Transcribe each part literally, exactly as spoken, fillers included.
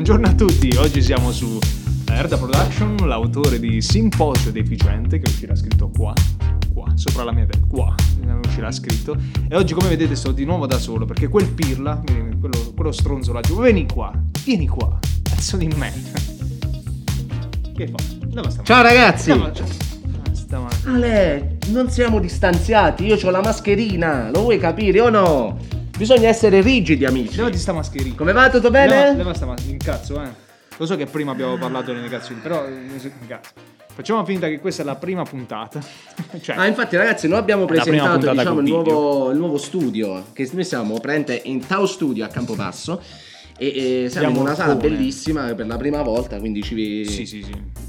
Buongiorno a tutti, oggi siamo su Erda Production, l'autore di Simposio Deficiente, che uscirà scritto qua, qua, sopra la mia testa, qua, uscirà scritto. E oggi, come vedete, sto di nuovo da solo, perché quel pirla, quello, quello stronzo laggiù, vieni qua, vieni qua, cazzo di me. Che fa? Dove sta? Ciao ragazzi! Sta Ale, non siamo distanziati, io ho la mascherina, lo vuoi capire o no? Bisogna essere rigidi, amici. Levati sta mascherina. Come va, tutto bene? Leva, leva sta mascherina, cazzo, eh. Lo so che prima abbiamo parlato delle negazioni, però cazzo. Facciamo finta che questa è la prima puntata. Cioè, ah, infatti, ragazzi, noi abbiamo presentato diciamo il video. nuovo, il nuovo studio. Che noi siamo presente in Tau Studio a Campobasso. E, e siamo in una sala bellissima per la prima volta. Quindi ci. Sì, sì, sì.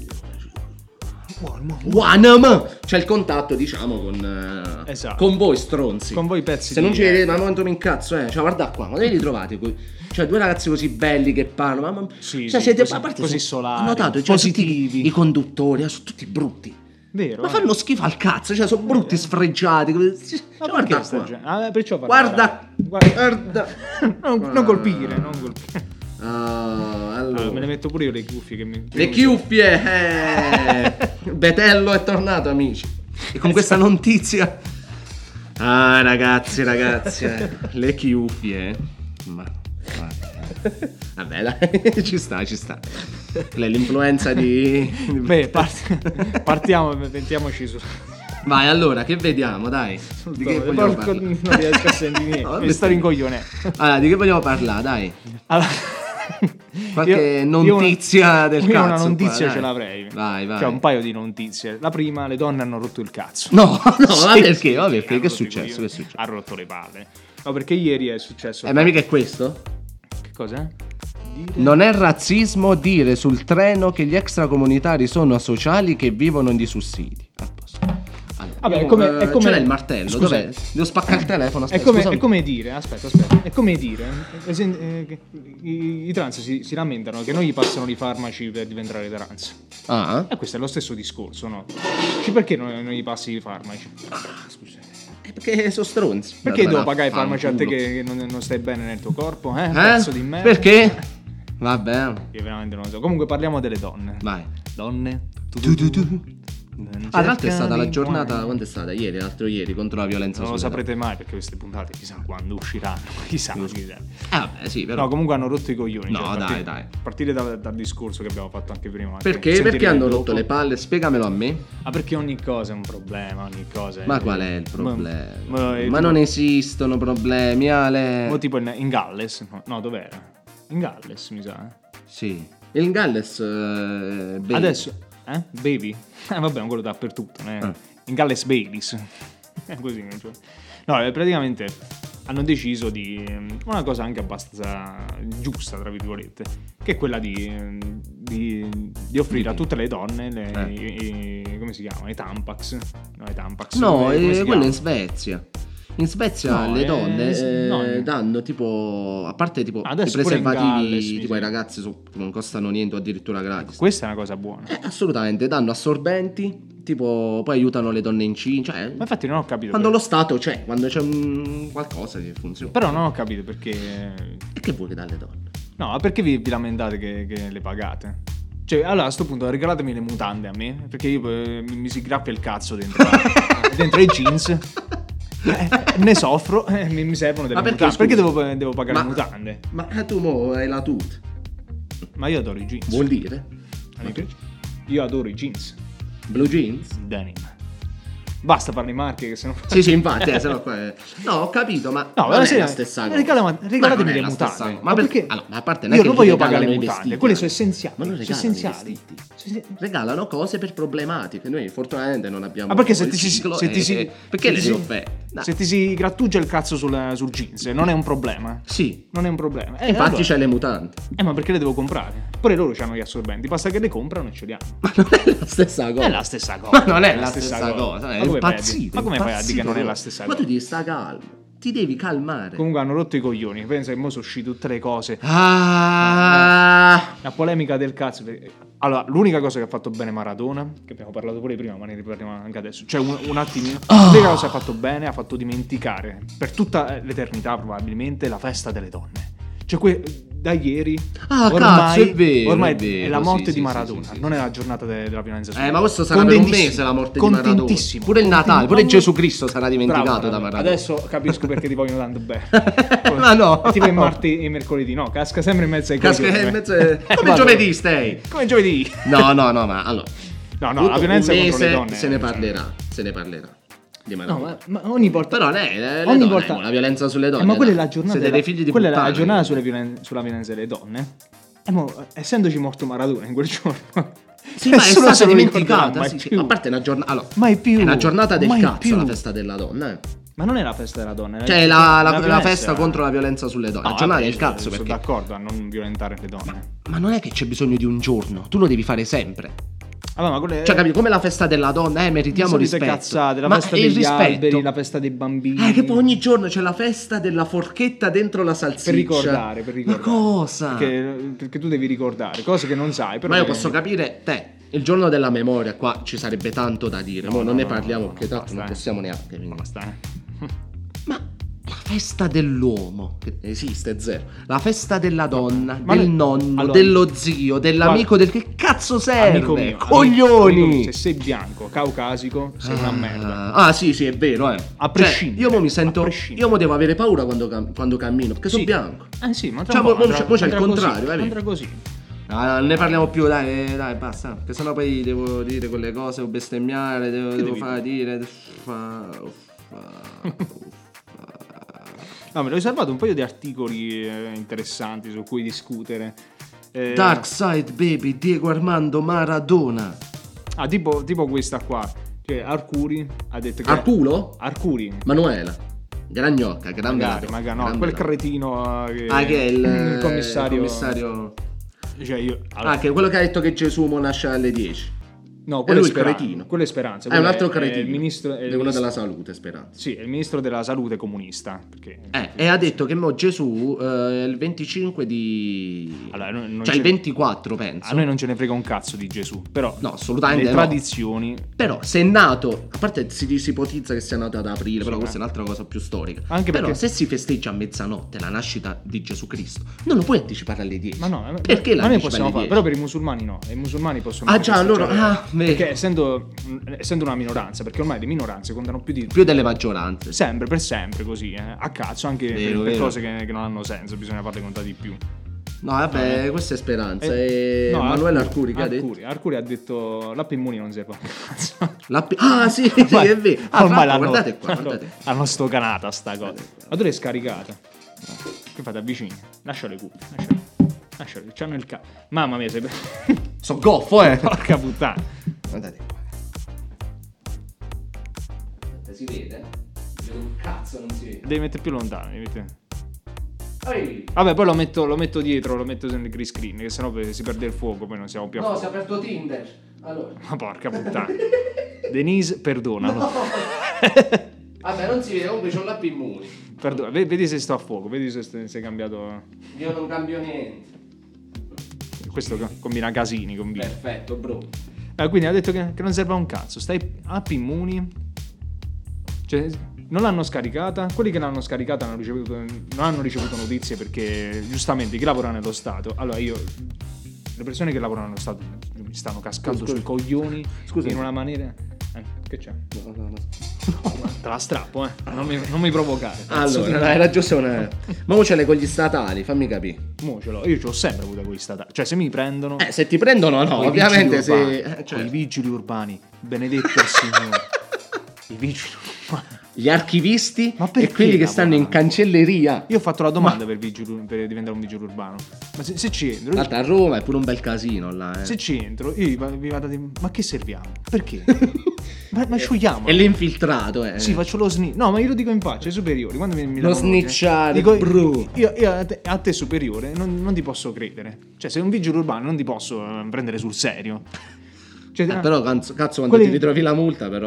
One, c'è il contatto, diciamo, con, esatto. con voi stronzi. Con voi pezzi. Se di... non ci vedete, ma non mi incazzo, eh. Cioè, guarda qua, ma li ritrovate? Cioè, due ragazzi così belli che parlano. Ma, sì, cioè, sì, siete così, a parte così sono, solari. Ho notato, cioè, positivi. Tutti, i conduttori sono tutti brutti. Vero? Ma eh? fanno schifo al cazzo, cioè, sono brutti, eh. sfregiati. Cioè, ma guarda sta qua. Ah, perciò guarda, guarda, guarda. non, non colpire, non colpire. Ah, allora. Allora, me ne metto pure io le cuffie che mi... Le cuffie, eh. Betello è tornato, amici. E con questa notizia. Ah, ragazzi, ragazzi, eh. Le cuffie. Ma vabbè, dai, ci sta, ci sta. L'influenza di. Beh, part... partiamo, mettiamoci su. Vai, allora, che vediamo, dai. Di che vogliamo Porco, parlare? non riesco a sentire. No, mi sto rincoglionendo. Allora, di che vogliamo parlare, dai? Allora, qualche io, notizia io una, del io cazzo. una notizia qua, ce l'avrei. Vai, vai. Cioè, un paio di notizie. La prima, le donne hanno rotto il cazzo. No, no, sì, ma perché? sì, Ma sì, perché? Che è successo? Che è successo? Ha rotto le palle. No, perché ieri è successo. Eh, ma mica è questo? Che cos'è? Dire... Non è razzismo dire sul treno che gli extracomunitari sono asociali che vivono in disussidi. A posto. Allora, Vabbè, io, è come, eh, è come... c'era il martello. Scusa. Dov'è? Devo spaccare il telefono. Aspetta, è, come, scusami. è come dire, aspetta, aspetta. È come dire, esen- eh, che i, i trans si, si lamentano che non gli passano i farmaci per diventare trans. Ah, E questo è lo stesso discorso, no? Cioè, perché non, non gli passi i farmaci? ah scusa. È perché sono stronzi. Perché Guarda, devo pagare i farmaci a te fanculo. che, che non, non stai bene nel tuo corpo? Eh? Eh? Pezzo di merda. Perché? Vabbè. Io veramente non lo so. Comunque parliamo delle donne. Vai. Donne. Tu, Tu, tu, tu. Ah, tra l'altro è stata la cercani giornata, qua. quando è stata? Ieri, l'altro ieri, contro la violenza Non lo sulle saprete mai perché queste puntate chissà quando usciranno. Chissà, donne. chissà. Ah, vabbè, sì, però. No, comunque hanno rotto i coglioni. No, cioè, a dai, partire, dai. A partire dal, dal discorso che abbiamo fatto anche prima. Perché? Sentiremo Perché hanno dopo. rotto le palle? Spiegamelo a me. Ah, perché ogni cosa è un problema, ogni cosa è... Ma qual è il problema? Ma, ma- Ma tipo- non esistono problemi, Ale. mo tipo in, in Galles, no, no, dov'era? In Galles, mi sa. eh. Sì. Il Galles. eh, beh, Adesso, eh? Baby? Eh, vabbè, quello dappertutto, eh? Ah. In Galles Babies. È così, cioè. No, eh, praticamente hanno deciso di ehm, una cosa anche abbastanza giusta, tra virgolette, che è quella di, ehm, di, di offrire a tutte le donne le, Eh. i, i- come si chiama? I Tampax. No, i Tampax. No, come- come eh, si quello in chiama? Svezia. In Svezia No, le eh, donne sì, eh, no. danno tipo, a parte tipo i Adesso pure in preservativi Galles, mi tipo ai sembra. ragazzi so- non costano niente o addirittura gratis. Questa è una cosa buona. Eh, assolutamente, danno assorbenti, tipo poi aiutano le donne incinte, cioè Ma infatti non ho capito. quando per- lo Stato c'è, quando c'è un qualcosa che funziona. Però non ho capito perché... E che vuoi che dalle donne? No, ma perché vi, vi lamentate che, che le pagate? Cioè, allora a sto punto regalatemi le mutande a me, perché io eh, mi, mi si graffia il cazzo dentro, dentro i jeans. Eh, ne soffro, eh, mi, mi servono delle Ma perché, mutande. Perché scusa? devo, devo pagare Ma- le mutande? Ma tu mo hai la tut. Ma io adoro i jeans. Vuol dire? Mi piace. Io adoro i jeans. Blue jeans? Denim. Basta fare le marche che sennò... Sì, sì, infatti, eh, sennò qua è... No, ho capito, ma No, non ma è sì, la stessa cosa. regala- regalatemi Ma non è le la mutande. stessa cosa. Ma Ma perché? perché? Allora, ma a parte non è Io che non ti voglio regalano pagare le i mutande, vestiti, quelle eh. sono essenziali. Ma non sono regalano i essenziali. vestiti. Sono- Regalano cose per problematiche. Noi fortunatamente non abbiamo. Ma perché se il ti si, ciclo se ti e- si e- perché se le ti si- devo fare? Dai. se ti si grattugia il cazzo sul, sul jeans non è un problema? Sì. Non è un problema. Eh, Infatti allora- c'è le mutande. Eh, ma perché le devo comprare? Pure loro hanno gli assorbenti, basta che le comprano e ce li hanno. Ma non è la stessa cosa. È la stessa cosa. Ma non è la stessa cosa. Ma È come fai a dire- impazzito. Ma come fai a impazzito dire che non è la proprio. stessa Ma cosa? tu devi stare calmo. Ti devi calmare. Comunque hanno rotto i coglioni. Pensa che mo sono uscite tutte le cose. Ah. La polemica del cazzo. perché- Allora, l'unica cosa che ha fatto bene Maradona, che abbiamo parlato pure prima, ma ne riparliamo anche adesso. Cioè, un, un attimino. Oh. L'unica cosa che ha fatto bene, ha fatto dimenticare per tutta l'eternità, probabilmente, la festa delle donne. Cioè, que- da ieri Ah, ormai, cazzo, è vero, ormai è vero, la morte sì, di sì, Maradona, sì, sì, non sì. è la giornata de- della violenza sulle Eh, donne. ma questo sarà per un Contentissimo, mese la morte di Maradona. contentissimo, Pure il Natale, pure contentissimo. Gesù Cristo sarà dimenticato Bravo, da Maradona. Maradona. Adesso capisco perché ti vogliono tanto bene. Ma no. È tipo il martedì e il mercoledì, no, casca sempre in mezzo ai Casca coglioni, in eh. mezzo ai- Eh, come vado. giovedì stai? Come giovedì. No, no, no, ma allora. No, no, la violenza un contro le mese donne. se ne cioè, parlerà, se ne parlerà. Di No, Maradona. ma, ma ogni volta. Però lei, le, le ogni donne, volta. eh, la violenza sulle donne. Eh, ma quella è dai. la giornata. Siete della- dei figli di quella è la puttana. giornata sulle violen- sulla violenza delle donne. E mo, essendoci morto Maradona in quel giorno. Sì, ma è nessuno stata se lo dimenticata. ricorderà mai Sì, sì. più. A parte una giornata. Allora, Mai più. è una giornata del mai cazzo più. la festa della donna. Eh. Ma non è la festa della donna. è Cioè, la, la- la violenza- festa contro la violenza sulle donne. No, la giornata vabbè, del cazzo. sono Perché. d'accordo a non violentare le donne. Ma non è che c'è bisogno di un giorno. Tu lo devi fare sempre. Allora, ma quelle. Cioè, capito? Come la festa della donna, eh, meritiamo solite rispetto. cazzate, la Ma festa è il degli rispetto. alberi, la festa dei bambini. Eh, che poi ogni giorno c'è la festa della forchetta dentro la salsiccia. Per ricordare, per ricordare. Ma cosa? Perché, perché tu devi ricordare cose che non sai. Però Ma io devi- posso capire te. Il giorno della memoria, qua ci sarebbe tanto da dire. No, Mo no, non ne no, parliamo no, no, perché tanto basta, non eh. possiamo neanche. quindi. Basta, eh. Ma la festa dell'uomo, che esiste zero. La festa della donna, Ma del noi- nonno, allora- dello zio, dell'amico, del che cazzo serve? Amico mio, Coglioni! amico mio, se sei bianco, caucasico, sei una merda. Ah, sì, sì, è vero, eh. A prescindere, Cioè, io mo mi a sento. prescindere. Io mo devo avere paura quando, cam- quando cammino, perché sono Sì. bianco. Eh sì, ma tra Cioè, un po' mo- mo andrà- c'è- mo c'è il andrà così, contrario, vai, andrà così. Ah, non ne parliamo più, dai, eh, dai, basta. Perché sennò poi devo dire quelle cose, devo bestemmiare, devo, devo devi fare dire. Uffa, uffa, uffa. No, me l'ho riservato un paio di articoli eh, interessanti su cui discutere. Eh, Dark Side Baby, Diego Armando Maradona. Ah, tipo, tipo questa qua. Che Arcuri ha detto che. Arculo? Arcuri. Manuela. Gran gnocca, grande Magari, Maradona, magari no, grande quel Maradona. cretino eh, che, Ah, che è il, il commissario. il commissario- Cioè io, allora, Ah, che è quello che ha detto che Gesù mo nasce alle dieci. no, è quello è, lui il Speranza. cretino. Quello è Speranza. È un quello altro è cretino. il ministro, è il È uno ministro- della salute, Speranza. Sì, è il ministro della salute comunista. Perché, Eh, e ha detto che mo Gesù eh, è il venticinque di... Allora, non- non cioè ce il ne- ventiquattro, penso. a noi non ce ne frega un cazzo di Gesù. Però No, assolutamente le no. tradizioni. Però se è nato, a parte si, si ipotizza che sia nato ad aprile, però Sì, questa eh. è un'altra cosa più storica. Anche però perché- se si festeggia a mezzanotte la nascita di Gesù Cristo, non lo puoi anticipare alle dieci. Ma no, perché ma la noi anticipa possiamo alle fare, dieci? però per i musulmani no, i musulmani possono Ah, già, festeggiare- allora- ah, beh. perché essendo, essendo una minoranza, perché ormai le minoranze contano più di Più delle maggioranze. sempre per sempre così, eh, a cazzo, anche per- Vero, per, vero. cose che, che non hanno senso, bisogna farle contare di più. No, vabbè, questa è Speranza. Eh, E no, Emanuele Arcuri, che ha Arcuri, detto? Arcuri ha detto l'app Immuni non serve a cazzo. La pi- ah, sì, sì, Ormai- è vero. Ah, ormai fra- l'hanno, guardate qua, guardate. hanno stocanata sta cosa. Ma tu l'hai scaricata? Che fate, avvicini? Lascia le cuffie, lasciale. Lasciale, c'hanno il ca... Mamma mia, sei... So goffo, eh. Porca puttana. Guardate qua. Aspetta, si vede? Si vede un cazzo, non si vede. Devi mettere più lontano, devi mettere... Ehi. Vabbè, poi lo metto, lo metto dietro, lo metto nel green screen, che sennò si perde il fuoco, poi non siamo più a No, fuoco. si è aperto Tinder. Allora. Ma porca puttana. Denise, perdonalo. No. Vabbè, non si vede, comunque c'ho l'app Immuni. Perdona, ve- vedi se sto a fuoco, vedi se st- sei cambiato. Io non cambio niente. Questo co- combina casini, combina. Perfetto, bro. Eh, quindi ha detto che, che non serve a un cazzo. Stai app Immuni. Cioè, non l'hanno scaricata. Quelli che l'hanno scaricata hanno ricevuto, non hanno ricevuto notizie perché giustamente chi lavora nello Stato. Allora io. Le persone che lavorano nello Stato mi stanno cascando Scusa, sui coglioni scusa. in una maniera. Eh, che c'è? No, no, no. Te la strappo, eh. Non mi, non mi provocare. Cazzo Allora, di- no, hai ragione. Ma mo ce l'hai con gli statali, fammi capire. Mo ce l'ho. Io ce l'ho sempre avuto con gli statali. Cioè, se mi prendono. Eh, se ti prendono, no, coi ovviamente vigili urbani, se. eh, coi cioè, vigili urbani. Benedetto il Signore. I vigili urbani. gli archivisti Ma e perché quelli che stanno in lavorano? cancelleria. Io ho fatto la domanda per, vigile- per diventare un vigile urbano. Ma se, se ci entro. Tra l'altro a Roma è pure un bel casino là, eh. Se ci entro, io vi va- vi vado a dire. Ma che serviamo? Perché? ma, ma scioghiamo. È l'infiltrato, eh. Sì, faccio lo snitch. No, ma io lo dico in faccia ai superiori. Quando mi, mi Lo danno voce, snitchare, dico, bro. Io, io a, te, a te superiore non, non ti posso credere. Cioè, sei un vigile urbano, non ti posso eh, prendere sul serio. Cioè, Eh, ah, però cazzo, cazzo quando quelli- ti ritrovi la multa, però.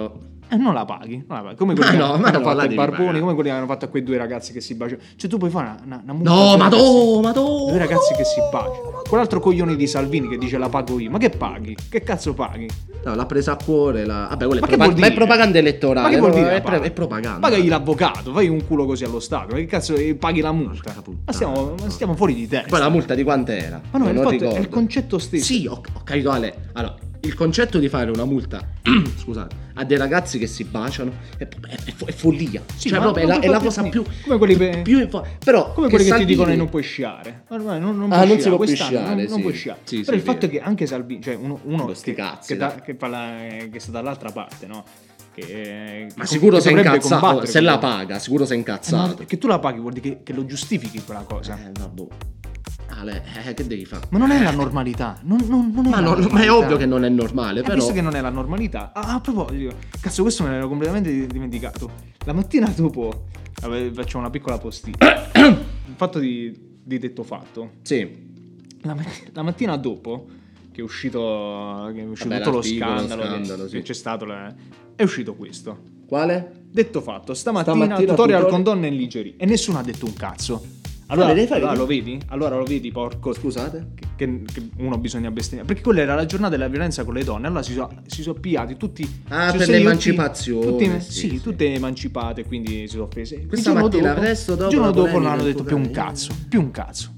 E non la paghi, non la paghi. Come Ma quelli no, che ma hanno no, fatto la i devi barboni, pagare. come quelli che hanno fatto a quei due ragazzi che si baciano. Cioè tu puoi fare una, una, una multa No, a due ma ragazzi- do, ma do. due ragazzi ma che do. si baciano. Quell'altro coglione di Salvini che dice la pago io. Ma che paghi? Che cazzo paghi? No, l'ha presa a cuore. La... Vabbè, quella è, Ma che propa- vuol ma è dire? propaganda elettorale. Ma che vuol no, dire? È, pre- paga? è propaganda. Pagagli l'avvocato, fai un culo così allo Stato. Ma che cazzo eh, paghi la multa? Porca puttana. Ma stiamo, ma stiamo fuori di testa. Poi la multa di quant'era? Ma no, Non il fatto- ricordo. è il concetto stesso. Sì, ho, ho capito, Ale. Allora, il concetto di fare una multa, scusate, a dei ragazzi che si baciano è, è, è, fo- è follia. Sì, cioè, ma proprio è non la, ti è la fa cosa più- più. come quelli più, pe- più info- però Come quelli che, ti Salvini- dicono che non puoi sciare. Ormai non, non Ah, puoi non si può più quest'anno sciare, non, non sì. puoi sciare. Sì, Però sì, il fatto vero. è che anche Salvini, cioè uno, uno Con sti che, cazzi, che, da- dai. che fa la, che sta dall'altra parte, no? Che, Ma che- sicuro che sei dovrebbe incazzato. combattere Se la quello. paga, sicuro sei Eh, ma incazzato. che tu la paghi vuol dire che, che lo giustifichi quella cosa. Eh, vabbè. Ale, eh, che devi fare? Ma non è la normalità. Non, non, non è Ma, la no, ma è normalità. ovvio che non è normale, Eh, però. Visto che non è la normalità. Ah, a proposito, cazzo, questo me l'ero completamente dimenticato. La mattina dopo, vabbè, facciamo una piccola postilla. Il fatto di, di detto fatto. Sì. La, matt- la mattina dopo che è uscito, che è uscito Vabbè, tutto lo l'articolo, lo scandalo, che- scandalo, che sì. c'è stato, la- è uscito questo. Quale? Detto fatto, stamattina, Stamattina tutorial tutorial- con donne in lingerie e nessuno ha detto un cazzo. Allora, Vale, devi fare- allora lo vedi? Allora lo vedi, porco. Scusate? Che, che- che uno bisogna bestemmiare. Perché quella era la giornata della violenza con le donne. Allora si sono si sono pigliati tutti. Ah, si sono per stati l'emancipazione, tutti- tutti- sì, sì, sì. tutte emancipate, quindi si sono offese. Questa Il giorno mattina dopo- presto, dopo il giorno la dopo non polemica hanno del detto più un tutorial. cazzo. Più un cazzo.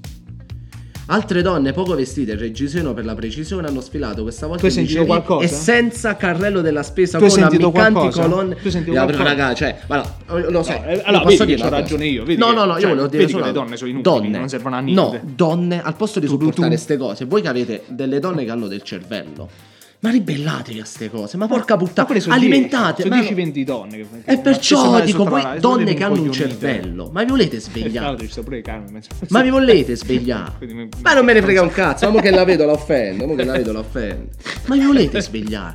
Altre donne poco vestite, reggiseno per la precisione, hanno sfilato questa volta Tu hai in sentito lingerie qualcosa? e senza carrello della spesa Tu hai con sentito ammiccanti qualcosa? colonne. Tu hai sentito Eh, però, qualcosa? raga, cioè, guarda, lo sai. No, eh, io allora, posso vedi dire che una c'ho cosa. ragione io, vedi no, che- no, no, io cioè, volevo dire vedi che solo le una donne sono cosa. inutili, donne, non servono a niente. No, donne, al posto di Tu, tu, supportare tu. queste cose, voi che avete delle donne che hanno del cervello, ma ribellatevi a ste cose, ma porca puttana, quelle sono alimentate. dieci, ma sono no- dieci venti donne. Che, che- E che perciò male dico, sotto voi la- sono donne delle che hanno un incoglionite. cervello, ma vi volete Eh, tra svegliare? l'altro ci sta pure Carmen in mezzo. Ma vi volete svegliare? Quindi mi- Ma non me ne frega un cazzo, ma mo che la vedo la offendo, mo che la vedo la offendo. Ma vi volete svegliare?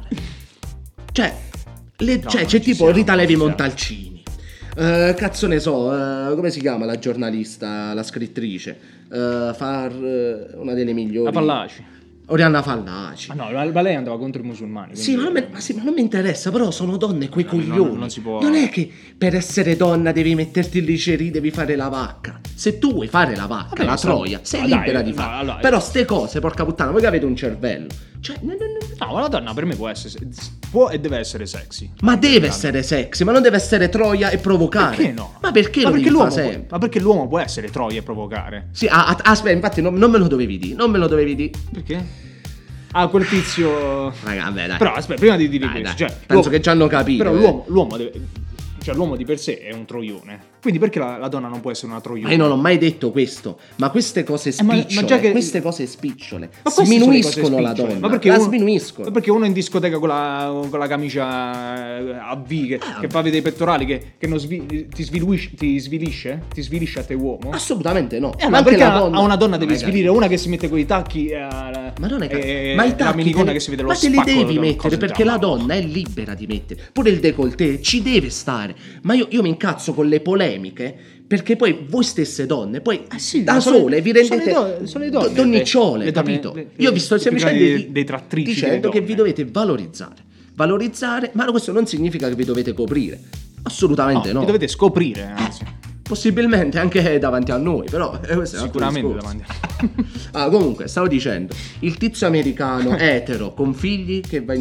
Cioè, le- No, cioè non c'è ci tipo siamo, Rita non Levi ci siamo. Montalcini. Eh, cazzo ne so, eh, come si chiama la giornalista, la scrittrice? Eh, far eh, una delle migliori. La Pallaci. Oriana Fallaci. Ma no, la- ma lei andava contro i musulmani. Sì, ma non, me, ma sì, ma non mi interessa, però sono donne quei No, coglioni. non- non si può- Non è che per essere donna devi metterti in lingerie, devi fare la vacca. Se tu vuoi fare la vacca, Vabbè, la ma sta- troia, sei ma dai, libera di no, fare. allora- Però ste cose, porca puttana, voi che avete un cervello. Cioè, no, no, no. No, ma la donna per me può essere può e deve essere sexy. Ma deve essere sexy, ma non deve essere troia e provocare. Perché no? Ma perché ma lo perché devi l'uomo fare può, sempre? ma perché l'uomo può essere troia e provocare? Sì, ah, ah, aspetta, infatti non, non me lo dovevi dire, non me lo dovevi dire. Perché? Ah, quel tizio. Raga, vabbè, dai. Però aspetta, prima di dire Dai, questo, dai. cioè, Penso l'uomo- che ci hanno capito. Però eh. l'uomo, l'uomo deve. Cioè, l'uomo di per sé è un troione. Quindi perché la, la donna non può essere una troione? Ma io non ho mai detto questo, ma queste cose Eh, ma- ma spicciole, già che- queste cose spicciole Ma queste sono le sminuiscono cose la spicciole. donna, Ma perché la uno, sminuiscono. ma perché uno in discoteca con la, con la camicia eh, a V che, che fa vedere i pettorali che, che non svi- ti, sviluisce, ti svilisce? Ti svilisce a te uomo? Assolutamente no. E allora, Ma anche perché la a, donna- a una donna devi Raga, svilire una che si mette con i tacchi eh, la- Ma non è e, ca- ma i tacchi la minigonna te li- che si vede lo ma te li spacco devi da- mettere cose perché da- la donna è libera di mettere pure il décolleté ci deve stare. Ma io, io mi incazzo con le polemiche perché poi voi stesse donne poi Ah, sì, da sono- sole vi sono rendete le do- sono le donne, do- donnicciole, le donne- capito? le- io vi sto le- semplicemente dei- di- dei trattrici dicendo delle che donne. vi dovete valorizzare. Valorizzare, ma questo non significa che vi dovete coprire. Assolutamente no. vi dovete scoprire, anzi. Possibilmente anche davanti a noi, però eh, questo è un altro Sicuramente discorso. davanti a Ah, comunque, stavo dicendo, il tizio americano etero con figli che va in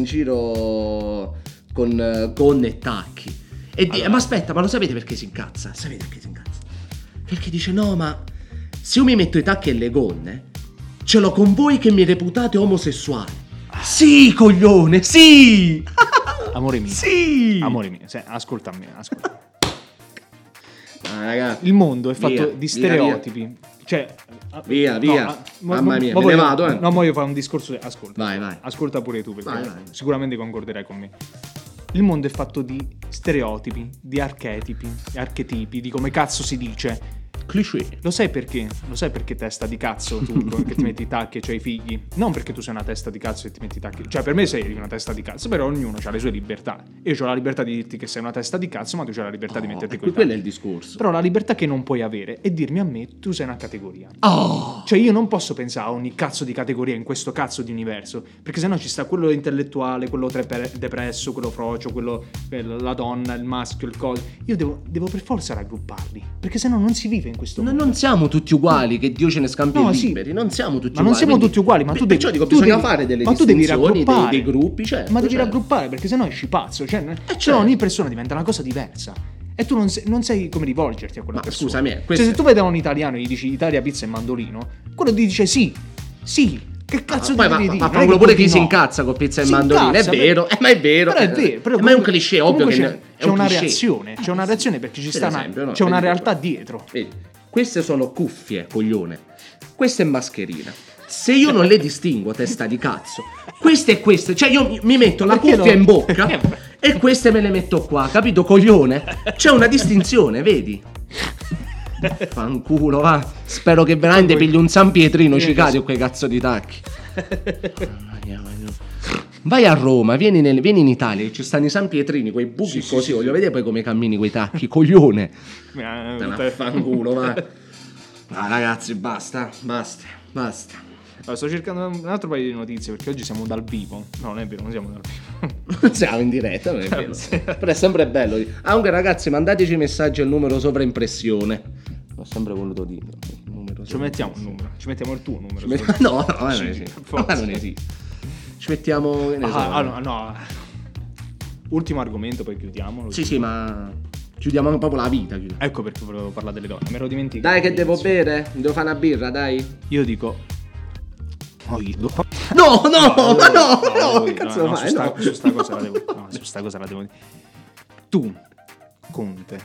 giro con eh, gonne e tacchi. E di- Allora. Ma aspetta, ma lo sapete perché si incazza? Sapete perché si incazza? Perché dice, no, ma se io mi metto i tacchi e le gonne, ce l'ho con voi che mi reputate omosessuale. Sì, coglione, sì! Amore mio. Sì! Amore mio, se- ascolta me, ascolta. Ah, raga. Il mondo è fatto Via, di via, stereotipi. Cioè, a- Via, no, via. a- Mamma mia, mo me ne voglio- vado, eh. No, ma io fare un discorso. Ascolta. Vai, vai. Ascolta pure tu, perché Vai, vai. sicuramente concorderai con me. Il mondo è fatto di stereotipi, di archetipi, archetipi, di come cazzo si dice. Cliché. Lo sai perché? Lo sai perché testa di cazzo tu che ti metti i tacchi e c'hai i figli? Non perché tu sei una testa di cazzo e ti metti i tacchi. Cioè per me sei una testa di cazzo, però ognuno ha le sue libertà. Io ho la libertà di dirti che sei una testa di cazzo, ma tu c'hai la libertà Oh, di metterti ecco, coi quello tacchi. è il discorso. Però la libertà che non puoi avere è dirmi a me tu sei una categoria. Oh. Cioè io non posso pensare a ogni cazzo di categoria in questo cazzo di universo, perché sennò ci sta quello intellettuale, quello trepe- depresso, quello frocio, quello la donna, il maschio, il coso. Io devo, devo per forza raggrupparli, perché sennò non si vive in questo Noi mondo. non siamo tutti uguali, che Dio ce ne scampi No, e sì. liberi. Non siamo tutti Ma non uguali. siamo quindi- tutti uguali, ma tu devi, Perciò dico, tu bisogna devi- fare delle ma tu devi distinzioni, dei, raggruppare. dei gruppi, certo. Ma devi certo. raggruppare, perché sennò esci pazzo. Cioè, se no certo. ogni persona diventa una cosa diversa. E tu non, sei, non sai come rivolgerti a quella Ma persona. scusami, eh, Cioè, questo se è- tu vedi a un italiano e gli dici Italia, pizza e mandolino, quello ti dice sì, sì. Che cazzo Poi ti ma, devi ma, dire? ma Non è fanno che pure tutti chi si no. incazza con pizza e Si mandolino, è incazza, vero, per- eh, ma è vero. Però è vero, però Eh, ma è un comunque- cliché, ovvio comunque che c'è, ne- è c'è un una cliché. reazione, c'è una reazione perché ci Per sta una, esempio, no, c'è una vedi realtà quello. dietro. Vedi, queste sono cuffie, coglione. Questa è mascherina. Se io non le distingo, testa di cazzo, queste e queste, cioè io mi- mi metto la Perché cuffia no? in bocca e queste me le metto qua, capito, coglione? C'è una distinzione, vedi? Fanculo, va. Spero che veramente pigli un San Pietrino, ci cadi con quei cazzo di tacchi. Vai a Roma, vieni, nel- vieni in Italia, che ci stanno i San Pietrini, quei buchi Sì, sì, così, sì, voglio sì. vedere poi come cammini quei tacchi, coglione. Eh, Te ne fanculo, va. Ah, ragazzi, basta, basta, basta. Allora, sto cercando un altro paio di notizie perché oggi siamo dal vivo. No, non è vero, non siamo dal vivo. Non siamo in diretta, non è vero. Però è sempre bello. Ah, comunque ragazzi, mandateci messaggi al numero sovraimpressione. Ho sempre voluto dire. Numero Ci mettiamo un numero, ci mettiamo il tuo numero. Ci met- No, no, ma Sì, non esiste. per forza. Ma non esiste. Ci mettiamo. Che ne so. Ah, allora, no. Ultimo argomento, poi chiudiamo. Sì, sì, ma chiudiamo proprio la vita. chiudiamo. Ecco perché volevo parlare delle donne, me ero dimenticato. Dai, che devo bere? Devo fare una birra, dai. Io dico. Oh, io- No, no, ma no, no, no, che cazzo no, fai? Su sta, No. su sta cosa la devo. No, su sta cosa la devo dire. Tu, Conte.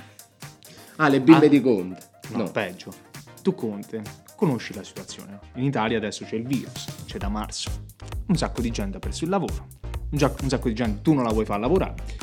Ah, le bimbe Ah. di Conte. No, No. peggio. Tu, Conte, conosci la situazione. No? In Italia adesso c'è il virus, c'è da marzo. Un sacco di gente ha perso il lavoro. Un, già- un sacco di gente tu non la vuoi far lavorare.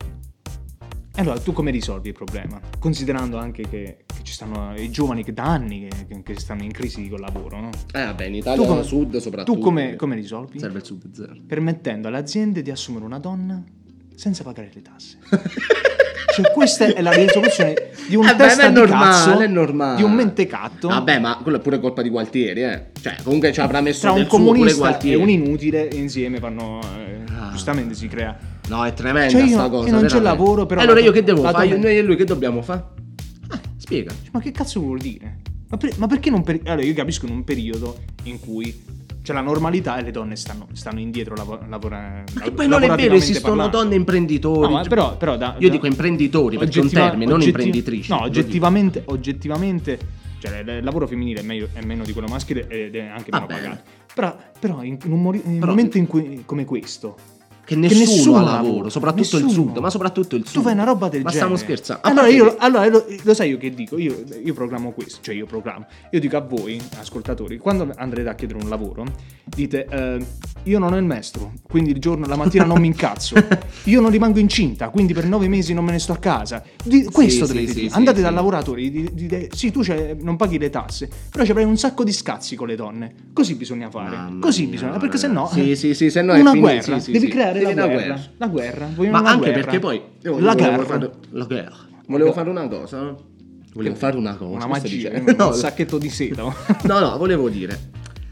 E allora tu come risolvi il problema? Considerando anche che, che ci stanno i giovani che da anni che, che- che stanno in crisi col lavoro, no? Eh, vabbè, in Italia Tu come- al sud soprattutto. Tu come, come risolvi? Serve il sud zero. Permettendo alle aziende di assumere una donna senza pagare le tasse. Cioè questa è la risoluzione di un Eh beh, testa ma è di normale, cazzo, è normale. di un mentecatto. Vabbè, ma quello è pure colpa di Gualtieri, eh. Cioè, comunque ci avrà messo Tra un del suo pure comunista e Gualtieri. un inutile insieme fanno eh, Ah. giustamente si crea. No, è tremenda Cioè, io- sta io cosa. non c'è veramente. lavoro, però Allora la- io che devo la fare? donna- Noi e lui che dobbiamo fare? Eh, spiega. Ma che cazzo vuol dire? Ma, per- ma perché non per- allora io capisco in un periodo in cui c'è la normalità e le donne stanno, stanno indietro lavo- lavora- Ma che poi non è vero, lavorativamente esistono parlando. donne imprenditori. No, ma però, però da- Io da- dico imprenditori perché è un oggettiva- termine, non oggetti- imprenditrici. No, lo dico. oggettivamente, oggettivamente cioè, il il lavoro femminile è, meglio- è meno di quello maschile ed è anche meno Vabbè. pagato. Però, però in, in un, mori- in un Però- momento in cui, come questo, Che nessuno, nessuno ha lavora, lavoro, soprattutto il nessuno. sud, ma soprattutto il sud. tu fai una roba del ma genere. stiamo scherzando. A Allora parte io, che- allora lo, lo sai io che dico? Io, io proclamo questo, cioè io proclamo. Io dico a voi, ascoltatori, quando andrete a chiedere un lavoro, dite eh, io non ho il mestro, quindi il giorno, la mattina non mi incazzo. Io non rimango incinta, quindi per nove mesi non me ne sto a casa. Di- questo sì, dovete sì, dire. sì, Andate sì. dal lavoratore, di- dite sì, tu c'è- non paghi le tasse, però ci avrai un sacco di scazzi con le donne. Così bisogna fare. Mamma Così mia, bisogna, perché se no Sì, sì, sì, se no è una finito, guerra, sì, sì, devi sì. creare Devi la una guerra. guerra. La guerra, vogliamo Ma una anche guerra. perché poi io la volevo guerra. fare la guerra. Volevo fare una cosa, no? Volevo fare una cosa. Una che sto magia, dicendo? un No, sacchetto di seta. no, no, volevo dire.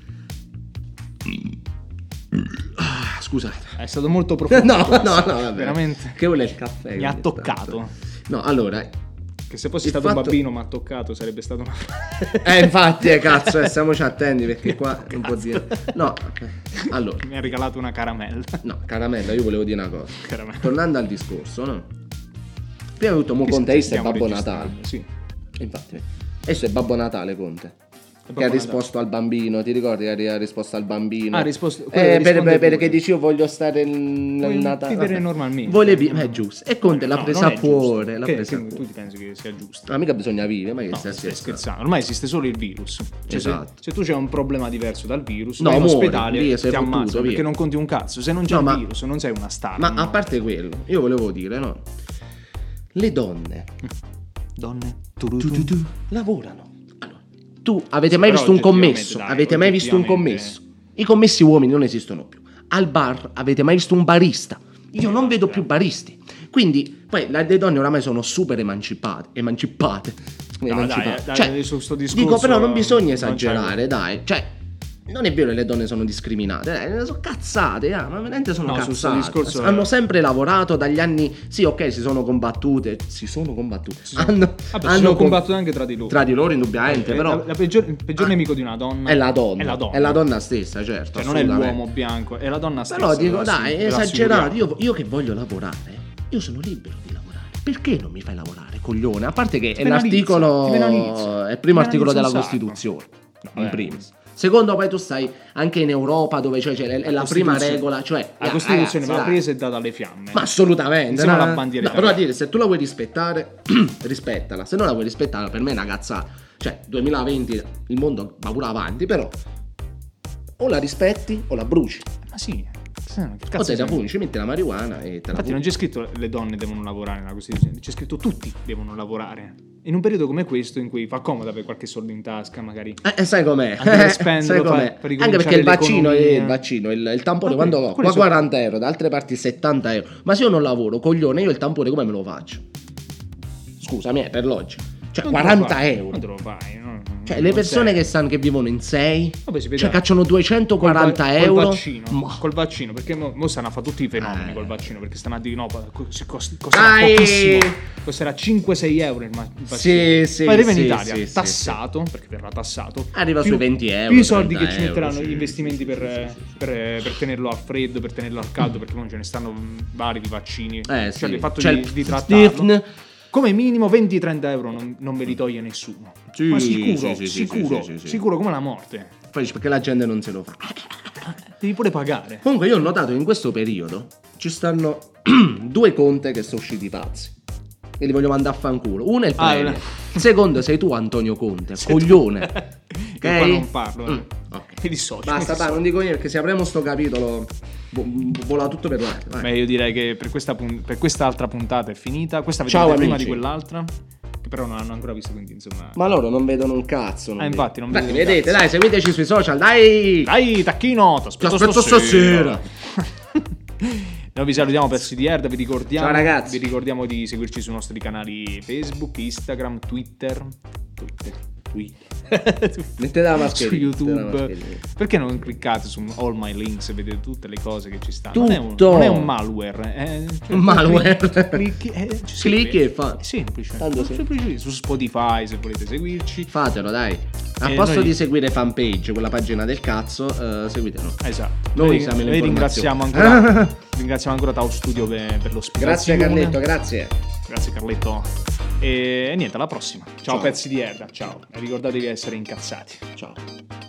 Ah, scusate. È stato molto profondo. No, no, no, vabbè. Veramente. Che vuole il caffè? Mi ha quindi, toccato. tanto. No, allora, Che se fossi Il stato un fatto- bambino mi ha toccato sarebbe stato una... eh, infatti, eh, cazzo, eh, stiamoci attenti perché qua non può dire. No, allora, Mi ha regalato una caramella. no, caramella, io volevo dire una cosa. Caramella. Tornando al discorso, no? Prima di tutto, mo Che Conte è stiamo Babbo registrando, Natale. Sì. Infatti, adesso è Babbo Natale, Conte. Che Babbo ha risposto al bambino, ti ricordi che ha risposto al bambino? Ah, ha risposto- eh, quello per, risponde per- pure. perché dici io voglio stare nel Voglio Natale. vivere Vabbè. normalmente. Volevi, ma è giusto. E Conte l'ha No, presa non a è giusto. cuore. L'ha Che- presa a che cuore. tu ti pensi che sia giusto? Ma mica bisogna vivere, ma che No, stai stai scherzando? scherzando. Ormai esiste solo il virus. Cioè, Esatto. se, se tu c'hai un problema diverso dal virus, No, vai in muori, ospedale via, ti sei fottuto, ammazzano via. perché non conti un cazzo. Se non c'è No, il ma- virus, non sei una star. Ma no? a parte quello, io volevo dire, no? Le donne donne, tu, tu, tu, lavorano. Allora, tu avete Sì, mai però visto un commesso? oggettivamente, dai, avete mai visto un oggettivamente- commesso? I commessi uomini non esistono più. Al bar avete mai visto un barista? Io non vedo più baristi. Quindi, poi le le donne oramai sono super emancipate. Emancipate. No, emancipate. dai, Cioè, dai, su sto discorso dico, però non bisogna non esagerare, dai. Cioè, non è vero che le donne sono discriminate, eh, sono cazzate, ah, ma veramente sono No, su sto cazzate. discorso- Hanno sempre lavorato dagli anni. Sì, ok, si sono combattute. Si sono combattute. Sì, sì. Hanno, Vabbè, hanno si sono com- combattuti anche tra di loro. tra di loro, indubbiamente, Eh, però. la, la peggior- il peggior Ah, nemico di una donna È la donna. È la donna. È la donna stessa, certo. Cioè, non è assolutamente. l'uomo bianco, è la donna stessa. Però dico, ve la- dai, ve è la esagerato. assicuriamo. Io, io che voglio lavorare, io sono libero di lavorare. Perché non mi fai lavorare, coglione? A parte che Ti è penalizza, l'articolo. ti penalizza. È il primo Ti articolo penalizza della un sacco. Costituzione. Vabbè. In primis. Secondo, poi tu stai anche in Europa dove c'è, c'è è la prima Costituzione- regola. Cioè, La ah, Costituzione va ragazzi, dai. presa e data alle fiamme. Ma assolutamente. Insieme no? alla bandiera No, però a italiana. dire, se tu la vuoi rispettare, rispettala. Se non la vuoi rispettare, per me è una cazzata. Cioè, duemilaventi, il mondo va pure avanti, però o la rispetti o la bruci. Ma sì, sì, che O cazzo te la sei? fumi, ci metti la marijuana e te la Infatti fumi. non c'è scritto le donne devono lavorare nella Costituzione, c'è scritto tutti devono lavorare. In un periodo come questo in cui fa comodo avere qualche soldo in tasca, magari Eh, eh, sai com'è? Anche per Eh, spenderlo, sai per- com'è? per Anche perché il vaccino, è, l'economia. il vaccino, il, il tampone, Vabbè, quando va? quelli Qua sono- quaranta euro, da altre parti settanta euro. Ma se io non lavoro, coglione, io il tampone come me lo faccio? Scusami, è per logica. Cioè, Non te lo quaranta fai, euro. Non te lo fai. no, Cioè, non le persone sei. che sanno che vivono in sei, Vabbè, si vede cioè, cacciano duecentoquaranta col va- euro. Col vaccino, Ma- col vaccino, perché mo, mo stanno a fare tutti i fenomeni Eh. col vaccino, perché stanno a dire no, co- si cost- costerà Dai! pochissimo, costerà cinque sei euro il, ma- il vaccino. Sì, sì, Poi arriva in sì, Italia, sì, sì, tassato, perché verrà tassato. Arriva più- sui venti euro, Più i soldi trenta che ci metteranno euro, gli sì, investimenti sì, per, sì, sì, sì. per- per tenerlo al freddo, per tenerlo al caldo, perché poi ce ne stanno vari di vaccini. Eh, cioè, sì. il fatto C'è di, il di trattarlo. Stifn. Come minimo venti trenta euro non, non ve li toglie nessuno. Sì, Ma sicuro, sì, sì, sì, sicuro, sì, sì, sì. sicuro come la morte. Poi dici, perché la gente non se lo fa. Devi pure pagare. Comunque io ho notato che in questo periodo ci stanno due conte che sono usciti pazzi. E li voglio mandare a fanculo. Uno è il Ah, Premier. no. Il secondo sei tu, Antonio Conte. Sei tu. Coglione. Io Ok? qua non parlo. eh. Mm, ok. Mi dissocio. Basta, mi dai, dissocio. non dico niente, perché se apriamo sto capitolo vo- vola tutto per l'aria. vai. Beh, io direi che per, questa pun- per quest'altra puntata è finita. Questa Ciao, vedete prima amici. di quell'altra. Che però non hanno ancora visto, quindi insomma. Ma loro non vedono un cazzo. non Ah, infatti, non vedono. Dai, vedono un vedete, cazzo. dai, seguiteci sui social, dai! Dai, tacchino, ti aspetto, Ti aspetto stasera. Noi vi salutiamo per C D R, vi ricordiamo, Ciao, ragazzi. vi ricordiamo di seguirci sui nostri canali Facebook, Instagram, Twitter. Twitter. Twitter. Mettete la Su mascherina. mettete la YouTube. mascherina. Perché non cliccate su All My Links e vedete tutte le cose che ci stanno? Tutto. Non è un, non è un malware. eh, cioè, Un malware. Clicchi, eh, ci Clicchi segui. e fa. È semplice. Tanto sì. Semplice. Su Spotify se volete seguirci. Fatelo, dai. A E posto noi- di seguire fanpage, quella pagina del cazzo, eh, seguitelo. Esatto. Noi Noi, siamo le noi ringraziamo informazioni. ancora, ringraziamo ancora Tao Studio per, per Grazie l'ospitazione. Carletto, grazie. Grazie Carletto. E niente, alla prossima. Ciao, Ciao. pezzi di erba. Ciao. E ricordatevi di essere incazzati. Ciao.